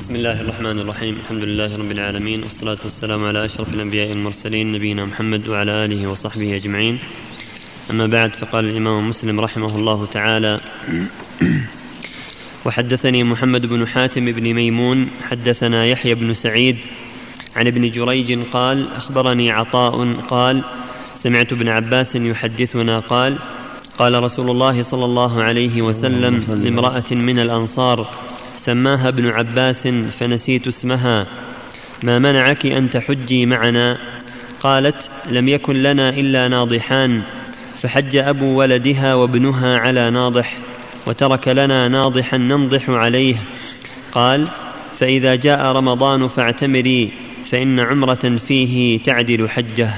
بسم الله الرحمن الرحيم. الحمد لله رب العالمين، والصلاة والسلام على أشرف الأنبياء والمرسلين نبينا محمد وعلى آله وصحبه أجمعين. أما بعد، فقال الإمام مسلم رحمه الله تعالى: وحدثني محمد بن حاتم بن ميمون حدثنا يحيى بن سعيد عن ابن جريج قال: أخبرني عطاء قال: سمعت ابن عباس يحدثنا قال: قال رسول الله صلى الله عليه وسلم لامرأة من الأنصار سماها ابن عباس فنسيت اسمها: ما منعك أن تحجي معنا؟ قالت: لم يكن لنا إلا ناضحان، فحج أبو ولدها وابنها على ناضح، وترك لنا ناضحا ننضح عليه. قال: فإذا جاء رمضان فاعتمري، فإن عمرة فيه تعدل حجة.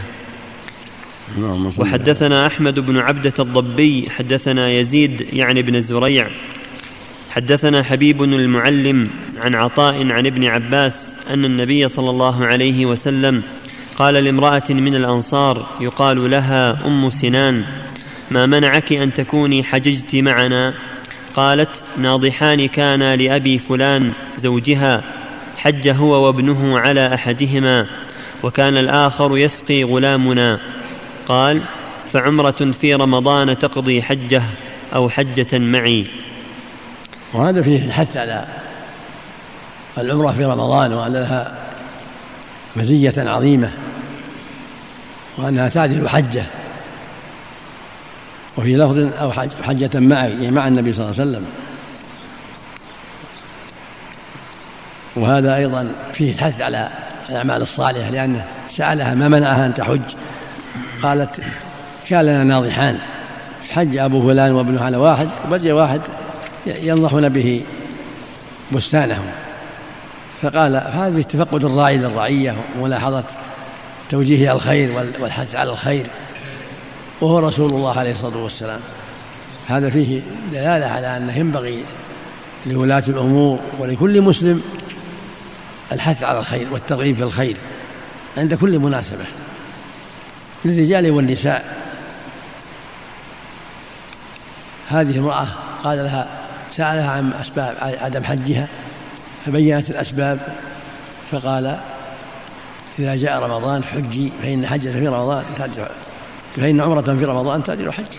وحدثنا أحمد بن عبدة الضبي حدثنا يزيد يعني بن زريع حدثنا حبيب المعلم عن عطاء عن ابن عباس أن النبي صلى الله عليه وسلم قال لامرأة من الأنصار يقال لها أم سنان: ما منعك أن تكوني حججت معنا؟ قالت: ناضحان كان لأبي فلان زوجها، حج هو وابنه على أحدهما، وكان الآخر يسقي غلامنا. قال: فعمرة في رمضان تقضي حجة أو حجة معي. وهذا فيه الحث على العمرة في رمضان، وأن لها مزية عظيمة، وأنها تعدل حجة. وفي لفظ: أو حجة معي، يعني مع النبي صلى الله عليه وسلم. وهذا أيضا فيه الحث على الأعمال الصالحة، لأنه سألها: ما منعها أن تحج؟ قالت: كان لنا ناضحان، حج أبو فلان وابنه على واحد، وبقي واحد ينضحون به بستانهم. فقال: هذه تفقد الراعي للرعية وملاحظة توجيه الخير والحث على الخير، وهو رسول الله عليه الصلاة والسلام. هذا فيه دلالة على أنه ينبغي لولاة الأمور ولكل مسلم الحث على الخير والترغيب في الخير عند كل مناسبة للرجال والنساء. هذه امرأة قال لها، سألها عن أسباب عدم حجها، فبينت الأسباب، فقال: إذا جاء رمضان حجي، فإن حجة في رمضان فإن عمرة في رمضان تعدل حج.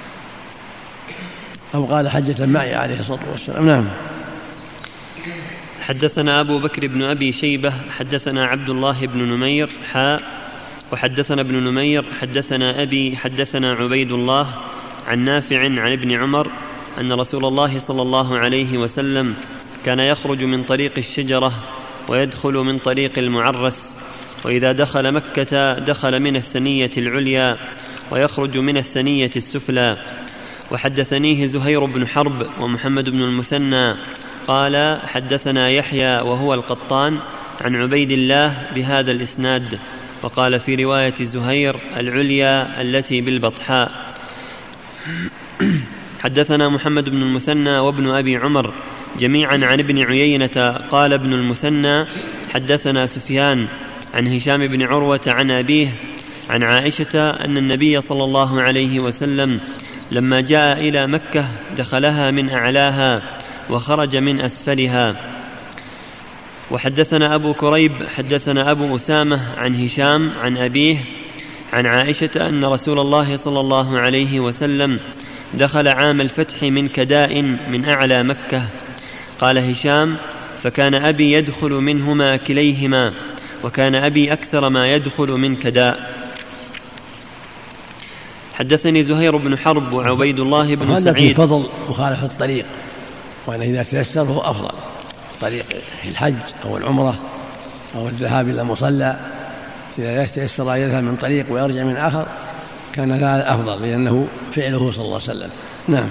أو قال: حجة معي عليه الصلاة والسلام. نعم. حدثنا أبو بكر بن أبي شيبة حدثنا عبد الله بن نمير وحدثنا ابن نمير حدثنا أبي حدثنا عبيد الله عن نافع عن ابن عمر أن رسول الله صلى الله عليه وسلم كان يخرج من طريق الشجرة ويدخل من طريق المعرس، وإذا دخل مكة دخل من الثنية العليا ويخرج من الثنية السفلى. وحدثنيه زهير بن حرب ومحمد بن المثنى قال: حدثنا يحيى وهو القطان عن عبيد الله بهذا الإسناد، وقال في رواية زهير: العليا التي بالبطحاء. حدثنا محمد بن المثنى وابن أبي عمر جميعا عن ابن عيينة قال ابن المثنى: حدثنا سفيان عن هشام بن عروة عن أبيه عن عائشة أن النبي صلى الله عليه وسلم لما جاء إلى مكة دخلها من أعلاها وخرج من أسفلها. وحدثنا أبو كريب حدثنا أبو أسامة عن هشام عن أبيه عن عائشة أن رسول الله صلى الله عليه وسلم دخل عام الفتح من كداء من أعلى مكة. قال هشام: فكان أبي يدخل منهما كليهما، وكان أبي أكثر ما يدخل من كداء. حدثني زهير بن حرب وعبيد الله بن سعيد. هذا في فضل مخالفة الطريق، وأن إذا تيسر فهو أفضل، طريق الحج أو العمرة أو الذهاب إلى مصلى، إذا تيسر يذهب من طريق ويرجع من آخر كان هذا أفضل، لأنه فعله صلى الله عليه وسلم. نعم.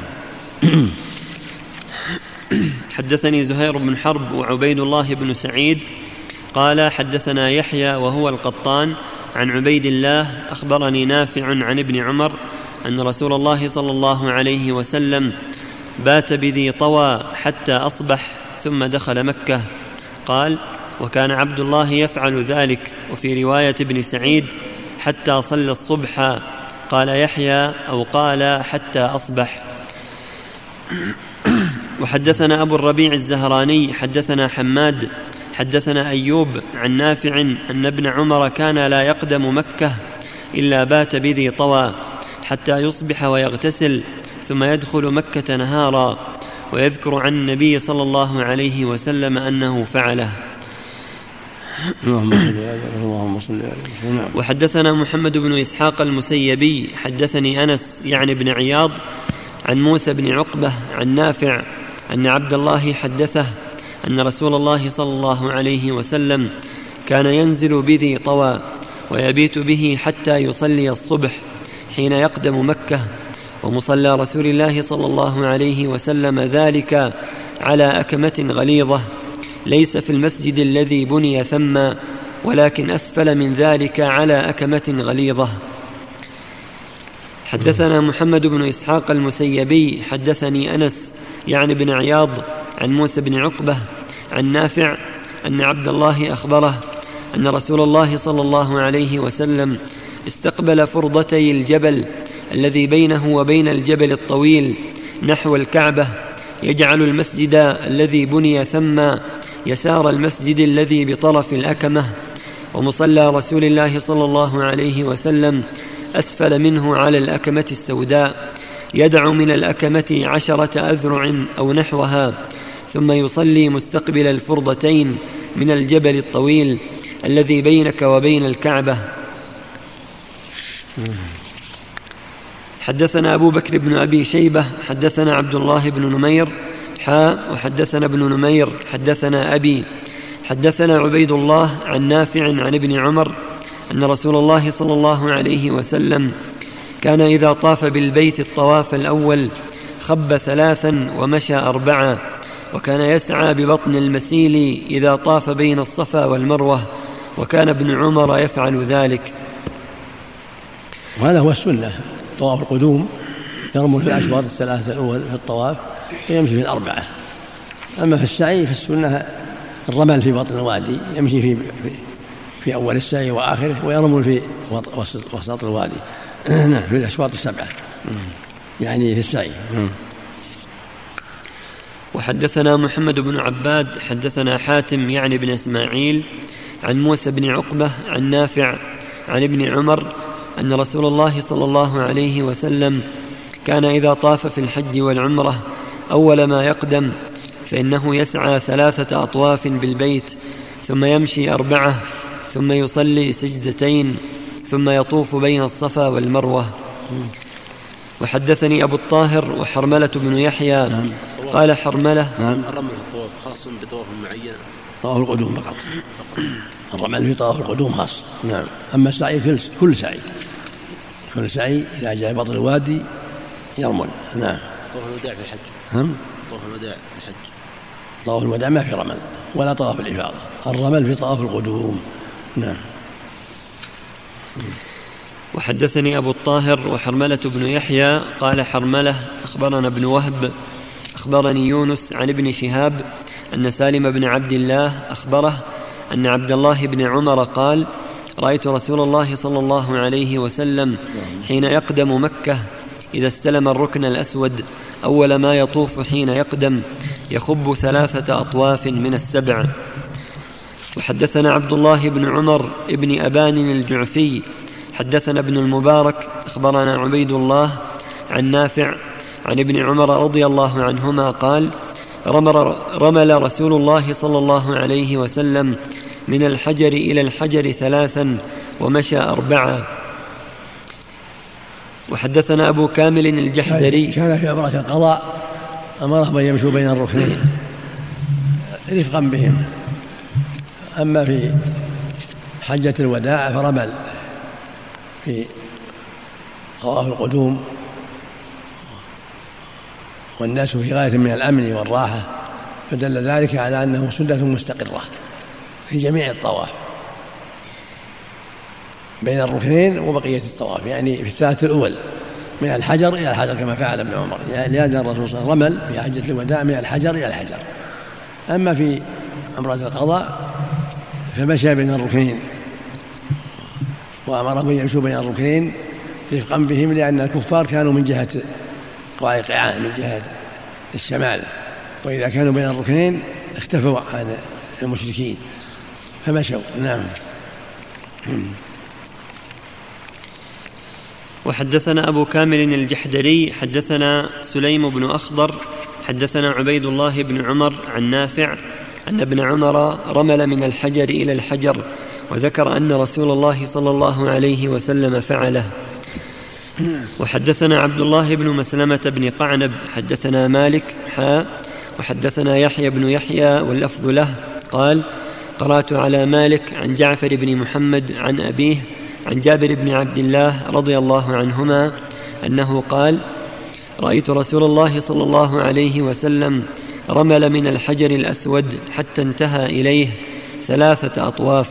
حدثني زهير بن حرب وعبيد الله بن سعيد قال: حدثنا يحيى وهو القطان عن عبيد الله أخبرني نافع عن ابن عمر أن رسول الله صلى الله عليه وسلم بات بذي طوى حتى أصبح ثم دخل مكة. قال: وكان عبد الله يفعل ذلك. وفي رواية ابن سعيد: حتى صلى الصبح. قال يحيى: أو قال حتى أصبح. وحدثنا أبو الربيع الزهراني حدثنا حماد حدثنا أيوب عن نافع أن ابن عمر كان لا يقدم مكة إلا بات بذي طوى حتى يصبح ويغتسل ثم يدخل مكة نهارا، ويذكر عن النبي صلى الله عليه وسلم أنه فعله. اللهم صل على محمد. وحدثنا محمد بن إسحاق المسيبي حدثني أنس يعني بن عياض عن موسى بن عقبة عن نافع أن عبد الله حدثه أن رسول الله صلى الله عليه وسلم كان ينزل بذي طوى ويبيت به حتى يصلي الصبح حين يقدم مكة، ومصلى رسول الله صلى الله عليه وسلم ذلك على أكمة غليظة ليس في المسجد الذي بني ثم، ولكن أسفل من ذلك على أكمة غليظة. حدثنا محمد بن إسحاق المسيبي حدثني أنس يعني بن عياض عن موسى بن عقبة عن نافع أن عبد الله أخبره أن رسول الله صلى الله عليه وسلم استقبل فرضتي الجبل الذي بينه وبين الجبل الطويل نحو الكعبة، يجعل المسجد الذي بني ثم يسار المسجد الذي بطرف الأكمة، ومصلى رسول الله صلى الله عليه وسلم أسفل منه على الأكمة السوداء، يدع من الأكمة 10 أذرع أو نحوها، ثم يصلي مستقبل الفرضتين من الجبل الطويل الذي بينك وبين الكعبة. حدثنا أبو بكر بن أبي شيبة حدثنا عبد الله بن نمير وحدثنا ابن نمير حدثنا أبي حدثنا عبيد الله عن نافع عن ابن عمر أن رسول الله صلى الله عليه وسلم كان إذا طاف بالبيت الطواف الأول خب 3 ومشى 4، وكان يسعى ببطن المسيل إذا طاف بين الصفا والمروة، وكان ابن عمر يفعل ذلك. وهذا هو السنة، طواف القدوم يرمل في الأشواط 3 الأول في الطواف ويمشي في 4. أما في السعي فالسنة الرمل في بطن الوادي، يمشي في أول السعي وآخره، ويرمل في وسط الوادي في الأشواط 7 يعني في السعي. وحدثنا محمد بن عباد حدثنا حاتم يعني بن إسماعيل عن موسى بن عقبة عن نافع عن ابن عمر أن رسول الله صلى الله عليه وسلم كان إذا طاف في الحج والعمرة أول ما يقدم فإنه يسعى 3 أطواف بالبيت، ثم يمشي 4، ثم يصلي 2 سجدتين، ثم يطوف بين الصفا والمروة. وحدثني أبو الطاهر وحرملة بن يحيى قال حرملة الرمل في الطواف خاص بطواف معين، طواف القدوم فقط، الرمل في طواف القدوم خاص. نعم. أما السعي كل سعي إذا جاء بطن الوادي يرمل. نعم. طواف الوداع في الحج. طواف الوداع في الحج. طواف الوداع ما في رمل ولا طواف الإفاضة، الرمل في طواف القدوم. نعم. وحدثني أبو الطاهر وحرملة بن يحيى قال حرملة أخبرنا ابن وهب أخبرني يونس عن ابن شهاب أن سالم بن عبد الله أخبره أن عبد الله بن عمر قال رأيت رسول الله صلى الله عليه وسلم حين يقدم مكة إذا استلم الركن الأسود أول ما يطوف حين يقدم يخب 3 أطواف من 7. وحدثنا عبد الله بن عمر ابن أبان الجعفي حدثنا ابن المبارك أخبرنا عبيد الله عن نافع عن ابن عمر رضي الله عنهما قال رمل رسول الله صلى الله عليه وسلم من الحجر إلى الحجر 3 ومشى 4. وحدثنا أبو كامل الجحدري كان في عمرة القضاء أمرهم أن يمشوا بين الركنين رفقا بهم. أما في حجة الوداع فرمل في طواف القدوم والناس في غاية من الأمن والراحة، فدل ذلك على أنه سنة مستقرة في جميع الطواف بين الركنين وبقية الطواف، يعني في 3 الأول من الحجر إلى الحجر كما فعل ابن عمر، لأن الرسول صلى الله عليه وسلم رمل في حجة الوداع من الحجر إلى الحجر. أما في عمرة القضاء فمشى بين الركنين وأمرهم أن يمشوا بين الركنين رفقا بهم، لأن الكفار كانوا من جهة قعان من جهة الشمال، وإذا كانوا بين الركنين اختفوا عن المشركين فمشوا. نعم. وحدثنا أبو كامل الجحدري حدثنا سليم بن أخضر حدثنا عبيد الله بن عمر عن نافع أن ابن عمر رمل من الحجر إلى الحجر، وذكر أن رسول الله صلى الله عليه وسلم فعله. وحدثنا عبد الله بن مسلمة بن قعنب حدثنا مالك وحدثنا يحيى بن يحيى واللفظ له قال: قرأت على مالك عن جعفر بن محمد عن أبيه عن جابر بن عبد الله رضي الله عنهما أنه قال: رأيت رسول الله صلى الله عليه وسلم رمل من الحجر الأسود حتى انتهى إليه 3 أطواف.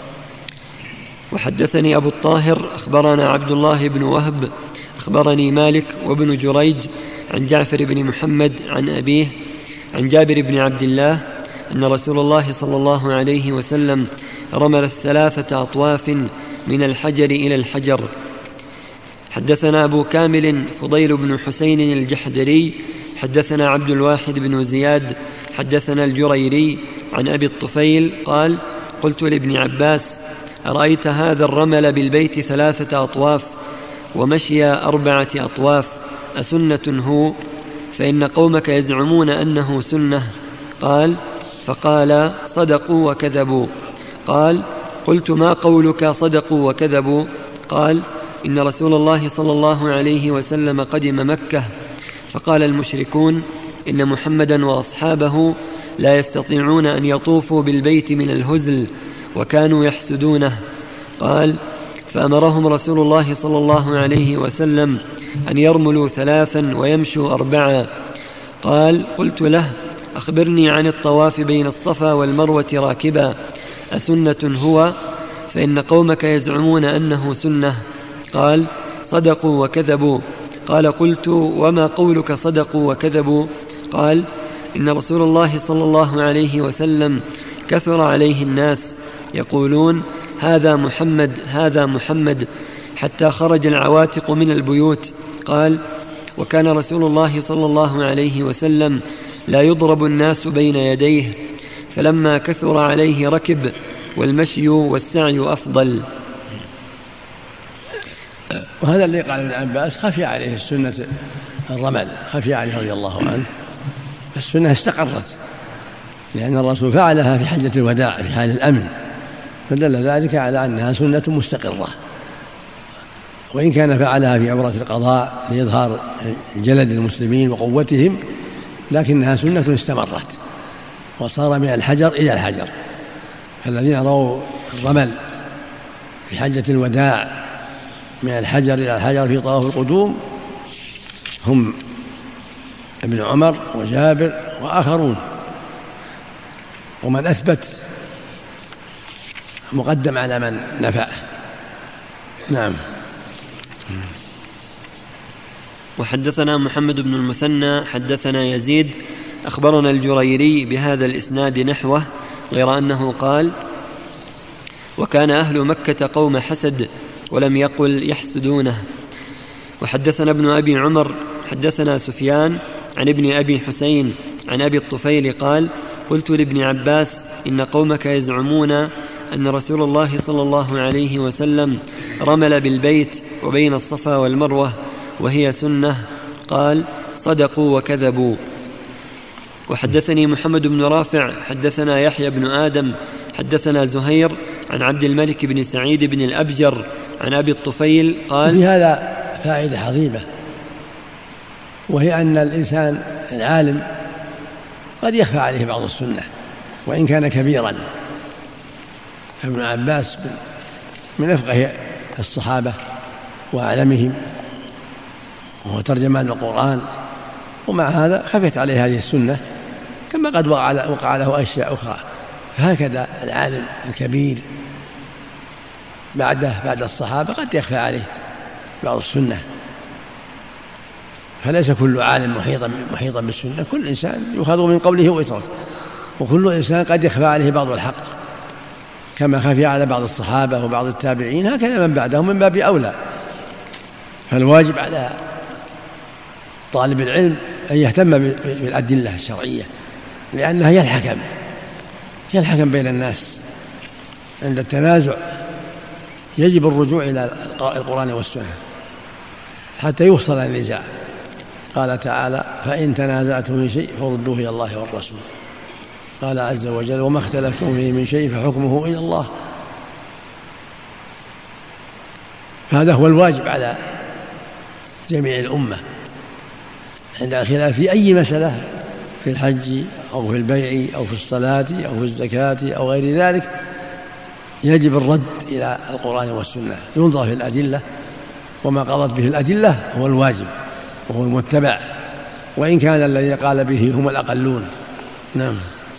وحدثني أبو الطاهر أخبرنا عبد الله بن وهب أخبرني مالك وابن جريج عن جعفر بن محمد عن أبيه عن جابر بن عبد الله أن رسول الله صلى الله عليه وسلم رمل 3 أطواف من الحجر إلى الحجر. حدثنا أبو كامل فضيل بن حسين الجحدري حدثنا عبد الواحد بن زياد حدثنا الجريري عن أبي الطفيل قال: قلت لابن عباس: أرأيت هذا الرمل بالبيت 3 أطواف ومشي 4 أطواف أسنة هو؟ فإن قومك يزعمون أنه سنة. فقال: صدقوا وكذبوا. قال: قلت: ما قولك صدقوا وكذبوا؟ قال: إن رسول الله صلى الله عليه وسلم قدم مكة فقال المشركون: إن محمدا وأصحابه لا يستطيعون أن يطوفوا بالبيت من الهزل وكانوا يحسدونه. قال: فأمرهم رسول الله صلى الله عليه وسلم أن يرملوا 3 ويمشوا 4. قال: قلت له: أخبرني عن الطواف بين الصفا والمروة راكبا أسنة هو؟ فإن قومك يزعمون أنه سنة. قال: صدقوا وكذبوا. قال: قلت: وما قولك صدقوا وكذبوا؟ قال: إن رسول الله صلى الله عليه وسلم كثر عليه الناس يقولون: هذا محمد هذا محمد، حتى خرج العواتق من البيوت. قال: وكان رسول الله صلى الله عليه وسلم لا يضرب الناس بين يديه، فلما كثر عليه ركب، والمشي والسعي أفضل. وهذا اللي قال ابن عباس خفي عليه السنة الرمل، خفي عليه رضي الله عنه. السنة استقرت لأن الرسول فعلها في حجة الوداع في حال الأمن، فدل ذلك على أنها سنة مستقرة، وإن كان فعلها في عمرة القضاء لإظهار جلد المسلمين وقوتهم، لكنها سنة استمرت وصار من الحجر إلى الحجر. فالذين رأوا الرمل في حجة الوداع من الحجر إلى الحجر في طواف القدوم هم ابن عمر وجابر وآخرون، ومن أثبت مقدم على من نفى. نعم. وحدثنا محمد بن المثنى حدثنا يزيد أخبرنا الجريري بهذا الإسناد نحوه، غير أنه قال: وكان أهل مكة قوم حسد، ولم يقل يحسدونه. وحدثنا ابن أبي عمر حدثنا سفيان عن ابن أبي حسين عن أبي الطفيل قال: قلت لابن عباس: إن قومك يزعمون أن رسول الله صلى الله عليه وسلم رمل بالبيت وبين الصفا والمروة وهي سنة. قال: صدقوا وكذبوا. وحدثني محمد بن رافع حدثنا يحيى بن آدم حدثنا زهير عن عبد الملك بن سعيد بن الأبجر عن أبي الطفيل قال: في هذا فائدة عظيمة، وهي أن الإنسان العالم قد يخفى عليه بعض السنة وإن كان كبيرا. ابن عباس من أفقه الصحابة وأعلمهم، وهو ترجمان القرآن، ومع هذا خفت عليه هذه السنة، كما قد وقع له أشياء أخرى. فهكذا العالم الكبير بعد الصحابة قد يخفى عليه بعض السنة، فليس كل عالم محيطا بالسنة، كل إنسان يؤخذ من قوله ويترك، وكل إنسان قد يخفى عليه بعض الحق كما خفي على بعض الصحابة وبعض التابعين، هكذا من بعدهم من باب أولى. فالواجب على طالب العلم أن يهتم بالأدلة الشرعية، لأنها هي الحكم، هي الحكم بين الناس. عند التنازع يجب الرجوع إلى القرآن والسنة حتى يوصل النزاع. قال تعالى: فإن تنازعتم في شيء فردوه إلى الله والرسول. قال عز وجل: وما اختلفتم فيه من شيء فحكمه إلى الله. هذا هو الواجب على جميع الأمة عند الخلاف في أي مسألة، في الحج أو في البيع أو في الصلاة أو في الزكاة أو غير ذلك، يجب الرد إلى القرآن والسنة، ينظر في الأدلة، وما قضت به الأدلة هو الواجب وهو المتبع، وإن كان الذي قال به هم الأقلون. نعم.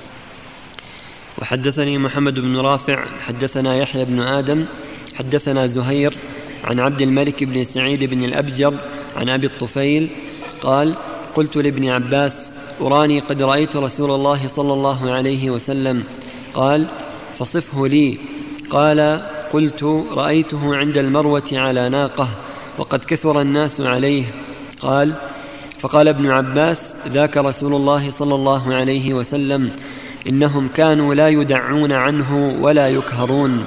وحدثني محمد بن رافع حدثنا يحيى بن آدم حدثنا زهير عن عبد الملك بن سعيد بن الأبجر عن أبي الطفيل قال: قلت لابن عباس: أراني قد رأيت رسول الله صلى الله عليه وسلم. قال: فصفه لي. قال: قلت: رأيته عند المروة على ناقة وقد كثر الناس عليه. قال: فقال ابن عباس: ذاك رسول الله صلى الله عليه وسلم، إنهم كانوا لا يدعون عنه ولا يكهرون.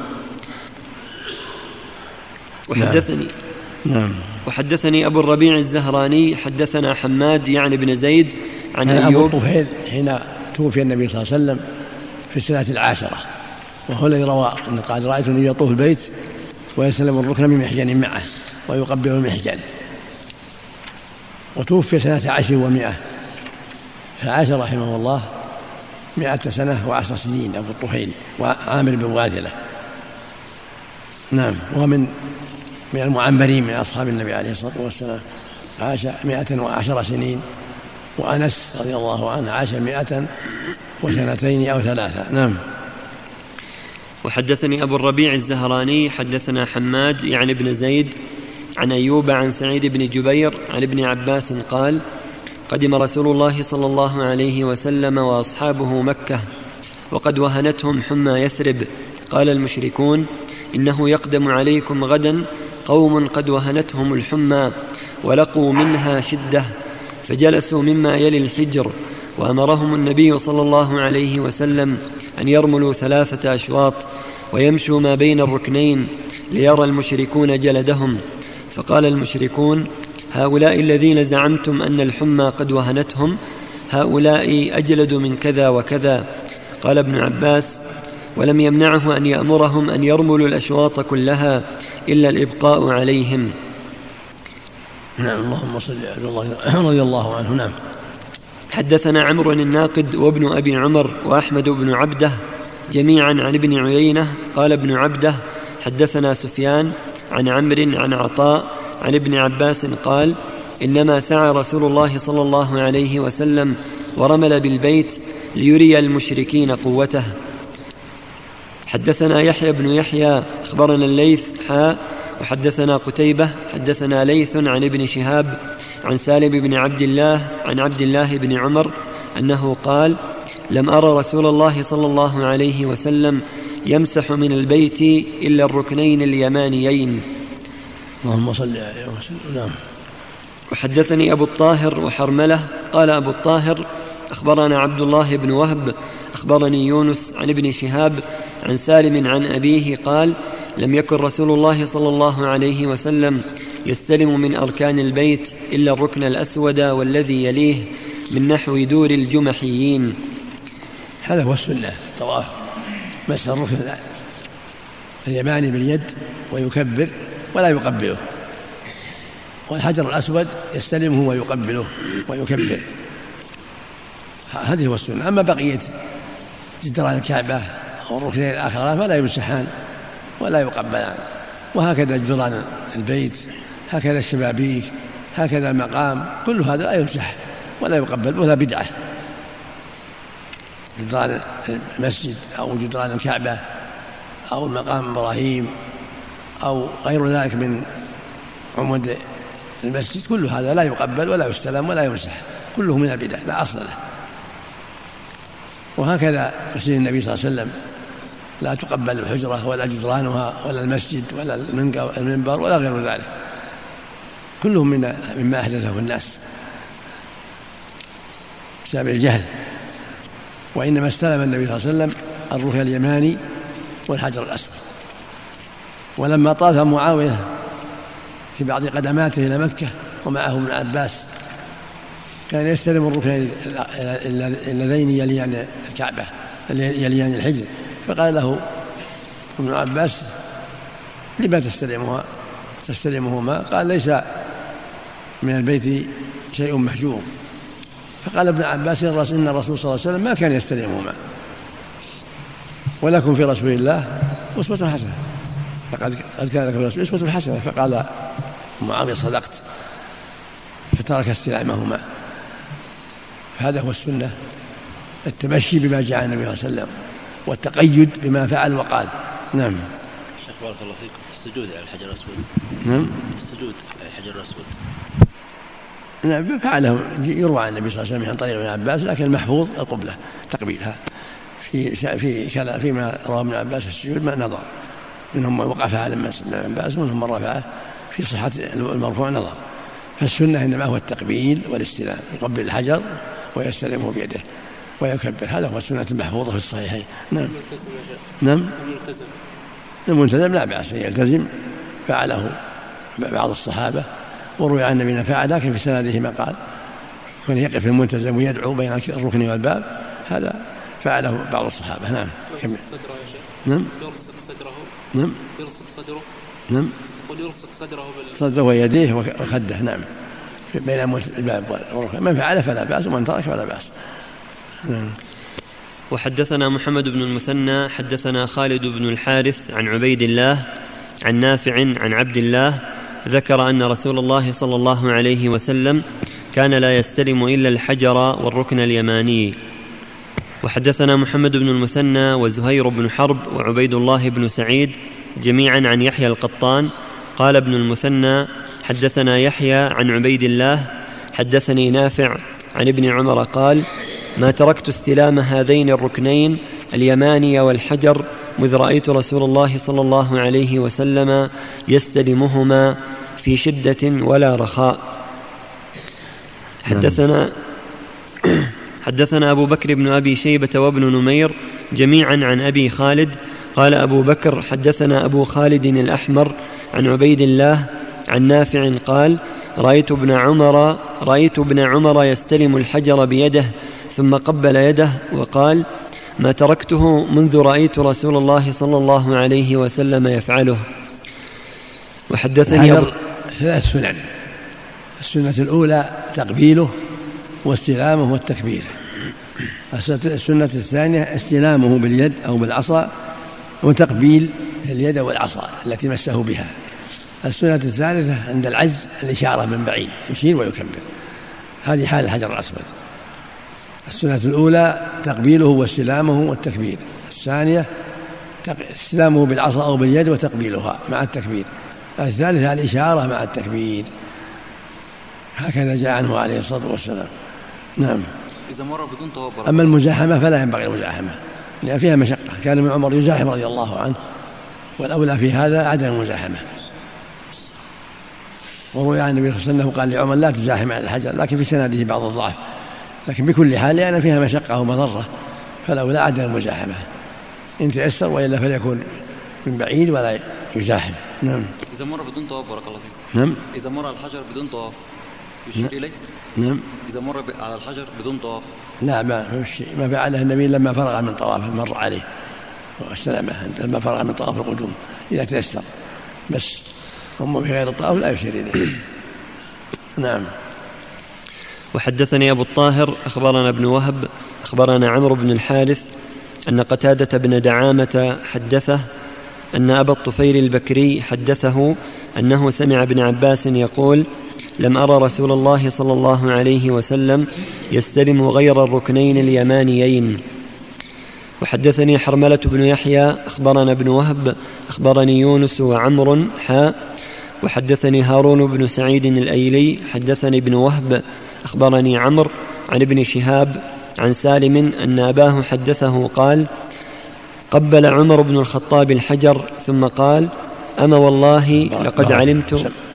وحدثني أبو الربيع الزهراني حدثنا حماد يعني بن زيد عن أيوب. أبو الطفيل حين توفي النبي صلى الله عليه وسلم في السنة 10، وهو الذي روى أن قال: رأيت النبي يطوف البيت ويسلم الركن بمحجن معه ويقبل المحجن. وتوفي سنة 10 و100، فعاش رحمه الله 100 سنة و10 سنين أبو الطفيل وعامر بن واثلة. نعم. ومن المعنبرين من أصحاب النبي عليه الصلاة والسلام، عاش 110 سنين. وأنس رضي الله عنه عاش 102 أو 3. نعم. وحدثني أبو الربيع الزهراني حدثنا حماد يعني بن زيد عن أيوب عن سعيد بن جبير عن ابن عباس قال: قدم رسول الله صلى الله عليه وسلم وأصحابه مكة وقد وهنتهم حمى يثرب. قال المشركون: إنه يقدم عليكم غدا قوم قد وهنتهم الحمى ولقوا منها شدة، فجلسوا مما يلي الحجر، وأمرهم النبي صلى الله عليه وسلم أن يرملوا 3 أشواط ويمشوا ما بين الركنين ليرى المشركون جلدهم. فقال المشركون: هؤلاء الذين زعمتم أن الحمى قد وهنتهم، هؤلاء أجلد من كذا وكذا. قال ابن عباس: ولم يمنعه أن يأمرهم أن يرملوا الأشواط كلها إلا الإبقاء عليهم. نعم. اللهم صل على رضي الله عنه. نعم. حدثنا عمرو الناقد وابن أبي عمر وأحمد بن عبده جميعا عن ابن عيينة. قال ابن عبده: حدثنا سفيان عن عمرو عن عطاء عن ابن عباس قال: إنما سعى رسول الله صلى الله عليه وسلم ورمل بالبيت ليري المشركين قوته. حدثنا يحيى بن يحيى أخبرنا الليث وحدثنا قتيبة حدثنا ليث عن ابن شهاب عن سالم بن عبد الله عن عبد الله بن عمر أنه قال: لم أرى رسول الله صلى الله عليه وسلم يمسح من البيت إلا الركنين اليمانيين. اللهم صل عليه وسلم. نعم. وحدثني أبو الطاهر وحرملة. قال أبو الطاهر: أخبرنا عبد الله بن وهب أخبرني يونس عن ابن شهاب عن سالم عن أبيه قال: لم يكن رسول الله صلى الله عليه وسلم يستلم من أركان البيت إلا الركن الأسود والذي يليه من نحو دور الجمحيين. هذا هو السنة، طواف مسح الركن اليماني باليد ويكبر ولا يقبله، والحجر الأسود يستلمه ويقبله ويكبر. هذه هو السنة. أما بقية جدران الكعبة أو الركنين الآخرين فلا يمسحان ولا يقبلان. وهكذا جدران البيت، هكذا الشبابيك، هكذا المقام، كل هذا لا يمسح ولا يقبل ولا بدعة. جدران المسجد أو جدران الكعبة أو المقام إبراهيم أو غير ذلك من عمود المسجد، كل هذا لا يقبل ولا يستلم ولا يمسح، كله من البدع لا أصل له. وهكذا مسجد النبي صلى الله عليه وسلم لا تقبل الحجرة ولا جدرانها ولا المسجد ولا المنبر ولا غير ذلك، كلهم مما أحدثه الناس بسبب الجهل. وإنما استلم النبي صلى الله عليه وسلم الركن اليماني والحجر الأسود. ولما طاف معاوية في بعض قدماته إلى مكة ومعه ابن عباس كان يستلم الركن اللذين يليان الكعبة يليان الحجر، فقال له ابن عباس لما تستلمهما؟ قال ليس من البيت شيء محجور. فقال ابن عباس إن الرسول صلى الله عليه وسلم ما كان يستلمهما، ولكم في رسول الله أسوة حسنة، فقد كان لكم في رسول أسوة حسنة. فقال معاوية صدقت، فترك استلامهما. هذا هو السنة، التمشي بما جاء النبي صلى الله عليه وسلم والتقيد بما فعل وقال. نعم. شيخ بارك الله فيكم، السجود على الحجر الأسود. نعم. السجود على الحجر الأسود. نعم فعله، يروى عن النبي صلى الله عليه وسلم عن طريق ابن عباس، لكن المحفوظ القبلة تقبيلها. فيما رواه ابن عباس في السجود ما نظر، منهم من وقف على ابن عباس ومنهم من رفعه، في صحة المرفوع نظر. فالسنة إنما هو التقبيل والاستلام، يقبل الحجر ويستلمه بيده ويكبر. هذا هو السنة المحفوظة في الصحيحين. نعم. نعم. الملتزم لا بأس يلتزم، فعله بعض الصحابة وروي عن النبي فعل، لكن في سنده ما قال كان يقف الملتزم ويدعو بين الركن والباب، هذا فعله بعض الصحابة. نعم. نعم. يلصق صدره. نعم. يلصق صدره. نعم. يلصق صدره ويديه وخده. نعم. بين الباب والركن، من فعل فلا بأس ومن ترك فلا بأس. نعم. وحدثنا محمد بن المثنى حدثنا خالد بن الحارث عن عبيد الله عن نافع عن عبد الله ذكر أن رسول الله صلى الله عليه وسلم كان لا يستلم إلا الحجر والركن اليماني. وحدثنا محمد بن المثنى وزهير بن حرب وعبيد الله بن سعيد جميعا عن يحيى القطان. قال ابن المثنى حدثنا يحيى عن عبيد الله حدثني نافع عن ابن عمر قال ما تركت استلام هذين الركنين اليماني والحجر مذ رأيت رسول الله صلى الله عليه وسلم يستلمهما في شدة ولا رخاء. حدثنا أبو بكر بن أبي شيبة وابن نمير جميعا عن أبي خالد. قال أبو بكر حدثنا أبو خالد الأحمر عن عبيد الله عن نافع قال رأيت ابن عمر يستلم الحجر بيده ثم قبل يده وقال ما تركته منذ رأيت رسول الله صلى الله عليه وسلم يفعله. وحدثني ثلاث سنن. السنة الأولى تقبيله واستلامه والتكبير. السنة الثانية استلامه باليد أو بالعصا وتقبيل اليد والعصا التي مسه بها. السنة الثالثة عند العجز الإشارة من بعيد يشير ويكبر. هذه حال الحجر الأسود. السنة الأولى تقبيله واستلامه والتكبير. الثانية استلامه بالعصا أو باليد وتقبيلها مع التكبير. الثالثة الإشارة مع التكبير. هكذا جاء عنه عليه الصلاة والسلام. نعم. إذا مر بدون توبر. أما المزاحمة فلا ينبغي المزاحمة لأن فيها مشقة. كان ابن عمر يزاحم رضي الله عنه، والأولى في هذا عدم المزاحمة. وروي عن النبي صلى الله عليه وسلم قال لعمر لا تزاحم على الحجر، لكن في سنده بعض الضعف، لكن بكل حال لأن فيها مشقة ومضرة فالأولى عدم المزاحمة إن تيسر، وإلا فليكون من بعيد ولا يزاحم. نعم. إذا مر بدون طواف بارك الله فيك. نعم. إذا مر على الحجر بدون طواف يشير إليه. نعم. إذا مر على الحجر بدون طواف لا ما فعله النبي لما فرغ من طوافه مر عليه واستلمه لما فرغ من طواف القدوم إذا تيسر، بس هم في غير الطواف لا يشير إليه. نعم. وحدثني أبو الطاهر أخبرنا ابن وهب أخبرنا عمرو بن الحارث أن قتادة بن دعامة حدثه أن أبا الطفيل البكري حدثه أنه سمع ابن عباس يقول لم أرى رسول الله صلى الله عليه وسلم يستلم غير الركنين اليمانيين. وحدثني حرملة بن يحيى أخبرنا ابن وهب أخبرني يونس وعمر وحدثني هارون بن سعيد الأيلي حدثني ابن وهب أخبرني عمرو عن ابن شهاب عن سالم أن أباه حدثه قال قبل عمر بن الخطاب الحجر ثم قال أما والله لقد علمت